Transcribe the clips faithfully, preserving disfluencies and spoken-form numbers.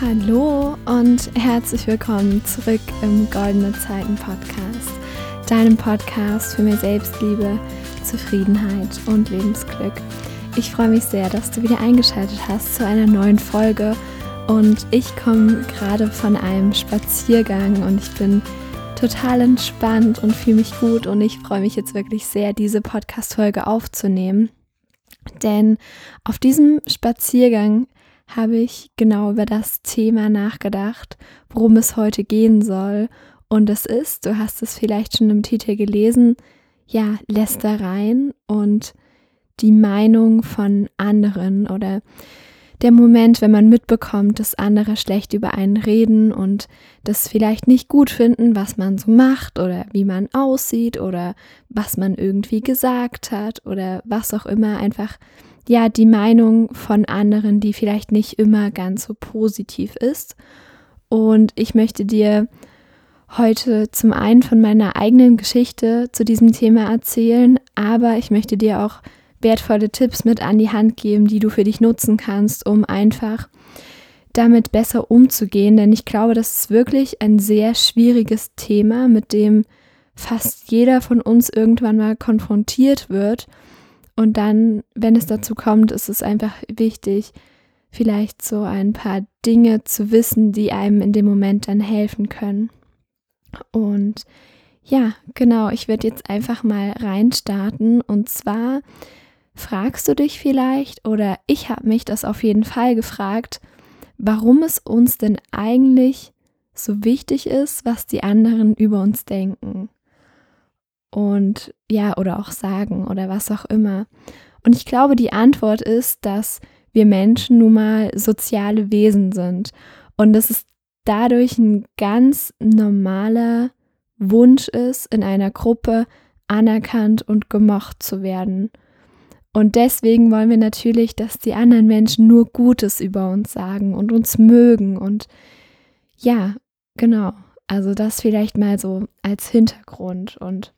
Hallo und herzlich willkommen zurück im Goldene Zeiten Podcast, deinem Podcast für mehr Selbstliebe, Zufriedenheit und Lebensglück. Ich freue mich sehr, dass du wieder eingeschaltet hast zu einer neuen Folge und ich komme gerade von einem Spaziergang und ich bin total entspannt und fühle mich gut und ich freue mich jetzt wirklich sehr, diese Podcast-Folge aufzunehmen, denn auf diesem Spaziergang habe ich genau über das Thema nachgedacht, worum es heute gehen soll. Und es ist, du hast es vielleicht schon im Titel gelesen, ja, Lästereien und die Meinung von anderen oder der Moment, wenn man mitbekommt, dass andere schlecht über einen reden und das vielleicht nicht gut finden, was man so macht oder wie man aussieht oder was man irgendwie gesagt hat oder was auch immer, einfach ja, die Meinung von anderen, die vielleicht nicht immer ganz so positiv ist. Und ich möchte dir heute zum einen von meiner eigenen Geschichte zu diesem Thema erzählen, aber ich möchte dir auch wertvolle Tipps mit an die Hand geben, die du für dich nutzen kannst, um einfach damit besser umzugehen. Denn ich glaube, das ist wirklich ein sehr schwieriges Thema, mit dem fast jeder von uns irgendwann mal konfrontiert wird. Und dann, wenn es dazu kommt, ist es einfach wichtig, vielleicht so ein paar Dinge zu wissen, die einem in dem Moment dann helfen können. Und ja, genau, ich werde jetzt einfach mal reinstarten. Und zwar fragst du dich vielleicht, oder ich habe mich das auf jeden Fall gefragt, warum es uns denn eigentlich so wichtig ist, was die anderen über uns denken. Und ja, oder auch sagen oder was auch immer. Und ich glaube, die Antwort ist, dass wir Menschen nun mal soziale Wesen sind. Und dass es dadurch ein ganz normaler Wunsch ist, in einer Gruppe anerkannt und gemocht zu werden. Und deswegen wollen wir natürlich, dass die anderen Menschen nur Gutes über uns sagen und uns mögen. Und ja, genau. Also das vielleicht mal so als Hintergrund. Und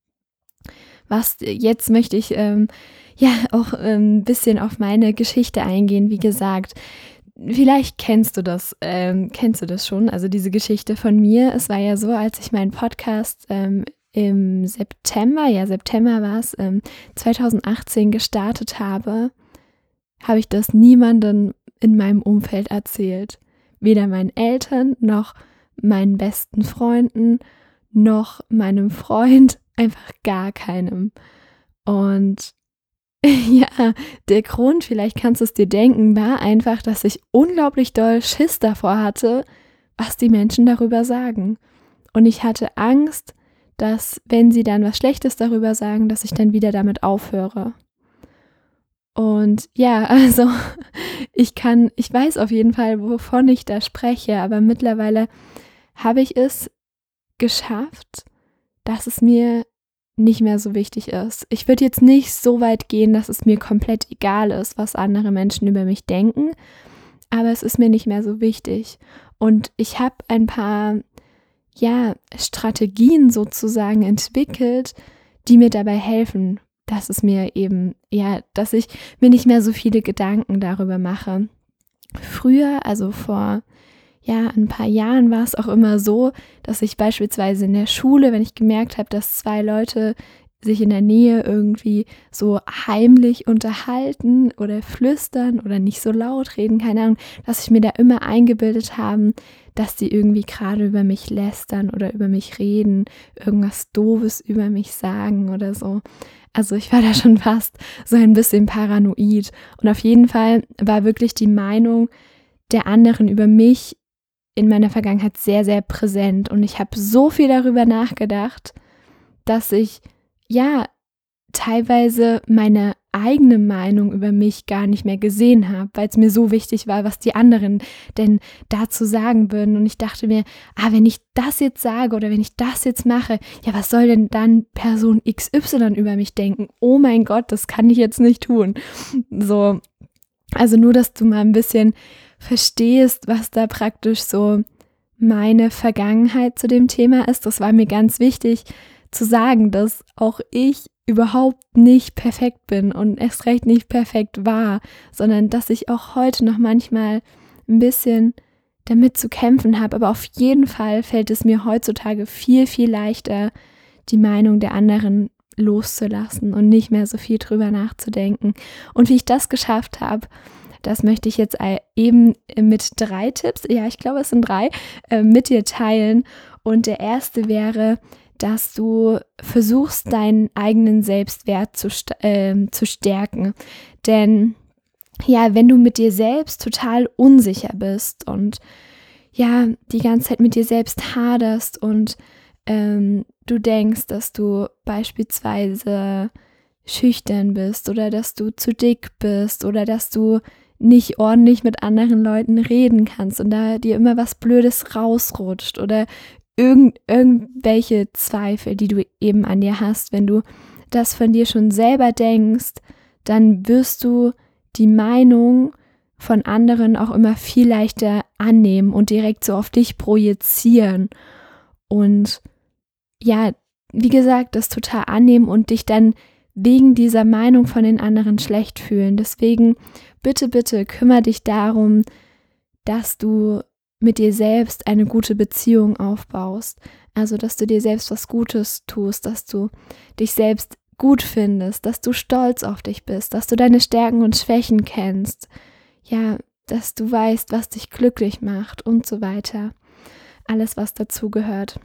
Was jetzt möchte ich ähm, ja auch ein ähm, bisschen auf meine Geschichte eingehen. Wie gesagt, vielleicht kennst du das, ähm, kennst du das schon, also diese Geschichte von mir. Es war ja so, als ich meinen Podcast ähm, im September, ja September war es, ähm, zwanzig achtzehn gestartet habe, habe ich das niemandem in meinem Umfeld erzählt. Weder meinen Eltern, noch meinen besten Freunden, noch meinem Freund, einfach gar keinem. Und ja, der Grund, vielleicht kannst du es dir denken, war einfach, dass ich unglaublich doll Schiss davor hatte, was die Menschen darüber sagen. Und ich hatte Angst, dass, wenn sie dann was Schlechtes darüber sagen, dass ich dann wieder damit aufhöre. Und ja, also ich kann, ich weiß auf jeden Fall, wovon ich da spreche, aber mittlerweile habe ich es geschafft, dass es mir nicht mehr so wichtig ist. Ich würde jetzt nicht so weit gehen, dass es mir komplett egal ist, was andere Menschen über mich denken, aber es ist mir nicht mehr so wichtig. Und ich habe ein paar, ja, Strategien sozusagen entwickelt, die mir dabei helfen, dass es mir eben, ja, dass ich mir nicht mehr so viele Gedanken darüber mache. Früher, also vor Ja, ein paar Jahren war es auch immer so, dass ich beispielsweise in der Schule, wenn ich gemerkt habe, dass zwei Leute sich in der Nähe irgendwie so heimlich unterhalten oder flüstern oder nicht so laut reden, keine Ahnung, dass ich mir da immer eingebildet habe, dass die irgendwie gerade über mich lästern oder über mich reden, irgendwas Doofes über mich sagen oder so. Also ich war da schon fast so ein bisschen paranoid. Und auf jeden Fall war wirklich die Meinung der anderen über mich in meiner Vergangenheit sehr, sehr präsent. Und ich habe so viel darüber nachgedacht, dass ich, ja, teilweise meine eigene Meinung über mich gar nicht mehr gesehen habe, weil es mir so wichtig war, was die anderen denn dazu sagen würden. Und ich dachte mir, ah, wenn ich das jetzt sage oder wenn ich das jetzt mache, ja, was soll denn dann Person X Y über mich denken? Oh mein Gott, das kann ich jetzt nicht tun. So, also nur, dass du mal ein bisschen verstehst, was da praktisch so meine Vergangenheit zu dem Thema ist. Das war mir ganz wichtig zu sagen, dass auch ich überhaupt nicht perfekt bin und erst recht nicht perfekt war, sondern dass ich auch heute noch manchmal ein bisschen damit zu kämpfen habe, aber auf jeden Fall fällt es mir heutzutage viel, viel leichter, die Meinung der anderen loszulassen und nicht mehr so viel drüber nachzudenken. Und wie ich das geschafft habe, das möchte ich jetzt eben mit drei Tipps, ja, ich glaube, es sind drei, äh, mit dir teilen. Und der erste wäre, dass du versuchst, deinen eigenen Selbstwert zu, äh, zu stärken. Denn ja, wenn du mit dir selbst total unsicher bist und ja, die ganze Zeit mit dir selbst haderst und ähm, du denkst, dass du beispielsweise schüchtern bist oder dass du zu dick bist oder dass du nicht ordentlich mit anderen Leuten reden kannst und da dir immer was Blödes rausrutscht oder irgend, irgendwelche Zweifel, die du eben an dir hast. Wenn du das von dir schon selber denkst, dann wirst du die Meinung von anderen auch immer viel leichter annehmen und direkt so auf dich projizieren. Und ja, wie gesagt, das total annehmen und dich dann wegen dieser Meinung von den anderen schlecht fühlen. Deswegen bitte, bitte kümmere dich darum, dass du mit dir selbst eine gute Beziehung aufbaust. Also, dass du dir selbst was Gutes tust, dass du dich selbst gut findest, dass du stolz auf dich bist, dass du deine Stärken und Schwächen kennst. Ja, dass du weißt, was dich glücklich macht und so weiter. Alles, was dazu gehört.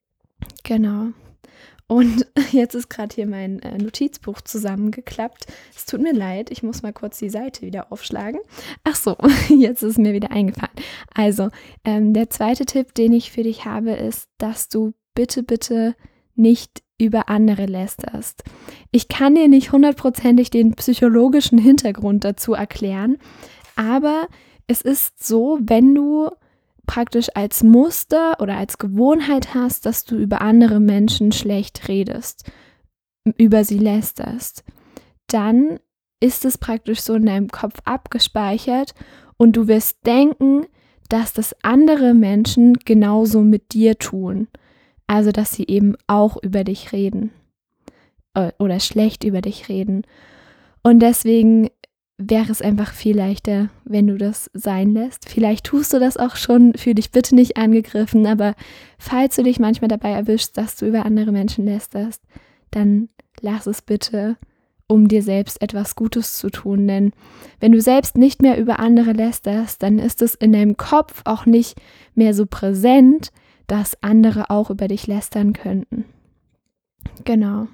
Genau. Und jetzt ist gerade hier mein äh, Notizbuch zusammengeklappt. Es tut mir leid, ich muss mal kurz die Seite wieder aufschlagen. Ach so, jetzt ist es mir wieder eingefallen. Also, ähm, der zweite Tipp, den ich für dich habe, ist, dass du bitte, bitte nicht über andere lästerst. Ich kann dir nicht hundertprozentig den psychologischen Hintergrund dazu erklären, aber es ist so, wenn du praktisch als Muster oder als Gewohnheit hast, dass du über andere Menschen schlecht redest, über sie lästerst, dann ist es praktisch so in deinem Kopf abgespeichert und du wirst denken, dass das andere Menschen genauso mit dir tun. Also, dass sie eben auch über dich reden äh, oder schlecht über dich reden. Und deswegen wäre es einfach viel leichter, wenn du das sein lässt. Vielleicht tust du das auch schon, fühl dich bitte nicht angegriffen, aber falls du dich manchmal dabei erwischst, dass du über andere Menschen lästerst, dann lass es bitte, um dir selbst etwas Gutes zu tun. Denn wenn du selbst nicht mehr über andere lästerst, dann ist es in deinem Kopf auch nicht mehr so präsent, dass andere auch über dich lästern könnten. Genau.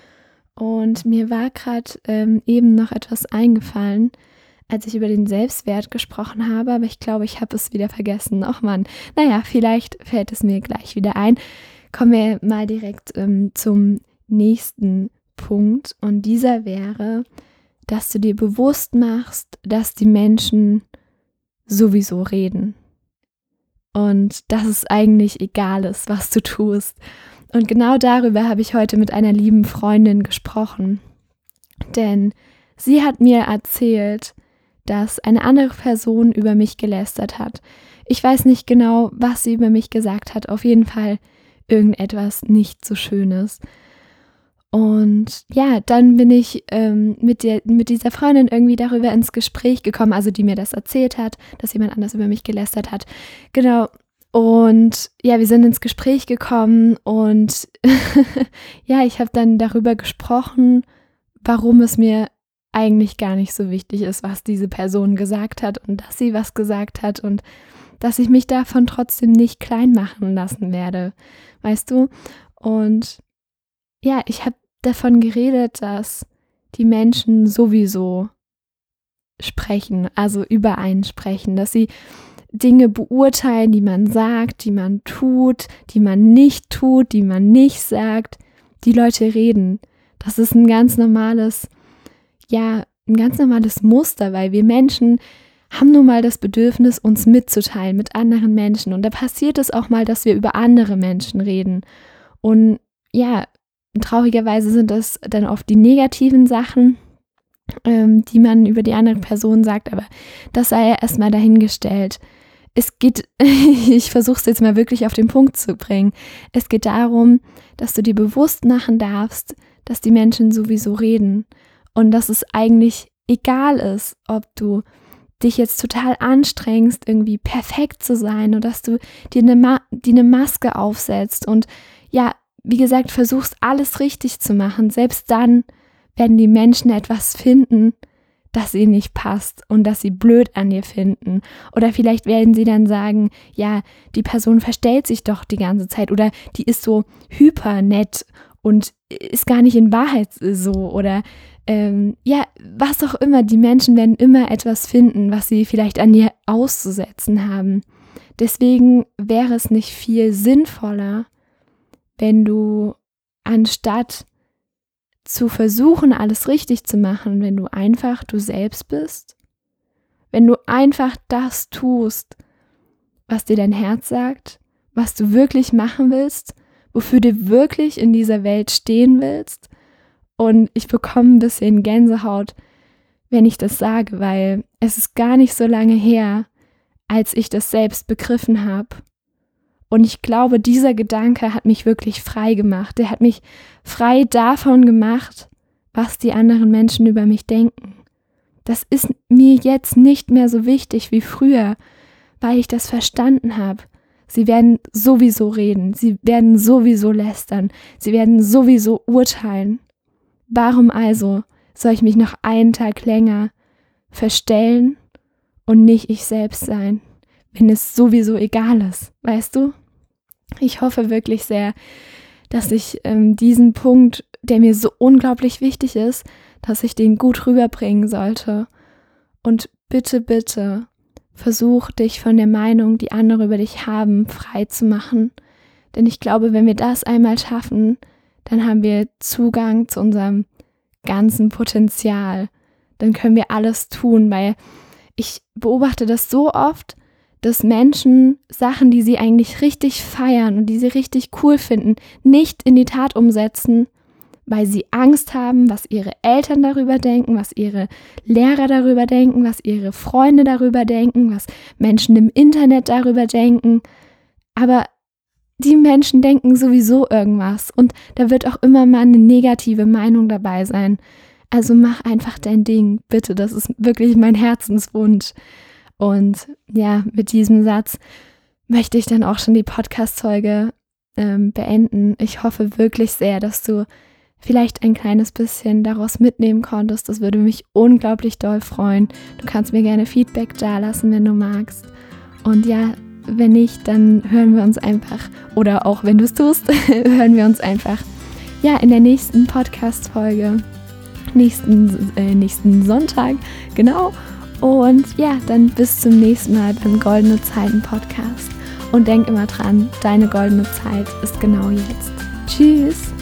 Und mir war gerade ähm, eben noch etwas eingefallen, als ich über den Selbstwert gesprochen habe, aber ich glaube, ich habe es wieder vergessen. Och Mann, naja, vielleicht fällt es mir gleich wieder ein. Kommen wir mal direkt ähm, zum nächsten Punkt. Und dieser wäre, dass du dir bewusst machst, dass die Menschen sowieso reden. Und dass es eigentlich egal ist, was du tust. Und genau darüber habe ich heute mit einer lieben Freundin gesprochen. Denn sie hat mir erzählt, dass eine andere Person über mich gelästert hat. Ich weiß nicht genau, was sie über mich gesagt hat. Auf jeden Fall irgendetwas nicht so Schönes. Und ja, dann bin ich ähm, mit, der, mit dieser Freundin irgendwie darüber ins Gespräch gekommen, also die mir das erzählt hat, dass jemand anders über mich gelästert hat. Genau. Und ja, wir sind ins Gespräch gekommen und ja, ich habe dann darüber gesprochen, warum es mir eigentlich gar nicht so wichtig ist, was diese Person gesagt hat und dass sie was gesagt hat und dass ich mich davon trotzdem nicht klein machen lassen werde, weißt du? Und ja, ich habe davon geredet, dass die Menschen sowieso sprechen, also über einen sprechen, dass sie Dinge beurteilen, die man sagt, die man tut, die man nicht tut, die man nicht sagt. Die Leute reden. Das ist ein ganz normales, ja, ein ganz normales Muster, weil wir Menschen haben nun mal das Bedürfnis, uns mitzuteilen mit anderen Menschen. Und da passiert es auch mal, dass wir über andere Menschen reden. Und ja, traurigerweise sind das dann oft die negativen Sachen, ähm, die man über die andere Person sagt. Aber das sei ja erstmal dahingestellt. Es geht, ich versuche es jetzt mal wirklich auf den Punkt zu bringen, es geht darum, dass du dir bewusst machen darfst, dass die Menschen sowieso reden und dass es eigentlich egal ist, ob du dich jetzt total anstrengst, irgendwie perfekt zu sein oder dass du dir eine, Ma- dir eine Maske aufsetzt und ja, wie gesagt, versuchst alles richtig zu machen, selbst dann werden die Menschen etwas finden, das ihnen nicht passt und das sie blöd an dir finden. Oder vielleicht werden sie dann sagen, ja, die Person verstellt sich doch die ganze Zeit oder die ist so hyper nett und ist gar nicht in Wahrheit so oder ähm, ja, was auch immer. Die Menschen werden immer etwas finden, was sie vielleicht an dir auszusetzen haben. Deswegen wäre es nicht viel sinnvoller, wenn du anstatt zu versuchen, alles richtig zu machen, wenn du einfach du selbst bist, wenn du einfach das tust, was dir dein Herz sagt, was du wirklich machen willst, wofür du wirklich in dieser Welt stehen willst. Und ich bekomme ein bisschen Gänsehaut, wenn ich das sage, weil es ist gar nicht so lange her, als ich das selbst begriffen habe. Und ich glaube, dieser Gedanke hat mich wirklich frei gemacht. Der hat mich frei davon gemacht, was die anderen Menschen über mich denken. Das ist mir jetzt nicht mehr so wichtig wie früher, weil ich das verstanden habe. Sie werden sowieso reden, sie werden sowieso lästern, sie werden sowieso urteilen. Warum also soll ich mich noch einen Tag länger verstellen und nicht ich selbst sein, wenn es sowieso egal ist, weißt du? Ich hoffe wirklich sehr, dass ich ähm, diesen Punkt, der mir so unglaublich wichtig ist, dass ich den gut rüberbringen sollte. Und bitte, bitte, versuch dich von der Meinung, die andere über dich haben, frei zu machen. Denn ich glaube, wenn wir das einmal schaffen, dann haben wir Zugang zu unserem ganzen Potenzial. Dann können wir alles tun, weil ich beobachte das so oft, dass Menschen Sachen, die sie eigentlich richtig feiern und die sie richtig cool finden, nicht in die Tat umsetzen, weil sie Angst haben, was ihre Eltern darüber denken, was ihre Lehrer darüber denken, was ihre Freunde darüber denken, was Menschen im Internet darüber denken. Aber die Menschen denken sowieso irgendwas und da wird auch immer mal eine negative Meinung dabei sein. Also mach einfach dein Ding, bitte, das ist wirklich mein Herzenswunsch. Und ja, mit diesem Satz möchte ich dann auch schon die Podcast-Folge ähm, beenden. Ich hoffe wirklich sehr, dass du vielleicht ein kleines bisschen daraus mitnehmen konntest. Das würde mich unglaublich doll freuen. Du kannst mir gerne Feedback dalassen, wenn du magst. Und ja, wenn nicht, dann hören wir uns einfach, oder auch wenn du es tust, hören wir uns einfach ja in der nächsten Podcast-Folge, nächsten, äh, nächsten Sonntag, genau. Und ja, dann bis zum nächsten Mal beim Goldene Zeiten Podcast. Und denk immer dran, deine goldene Zeit ist genau jetzt. Tschüss!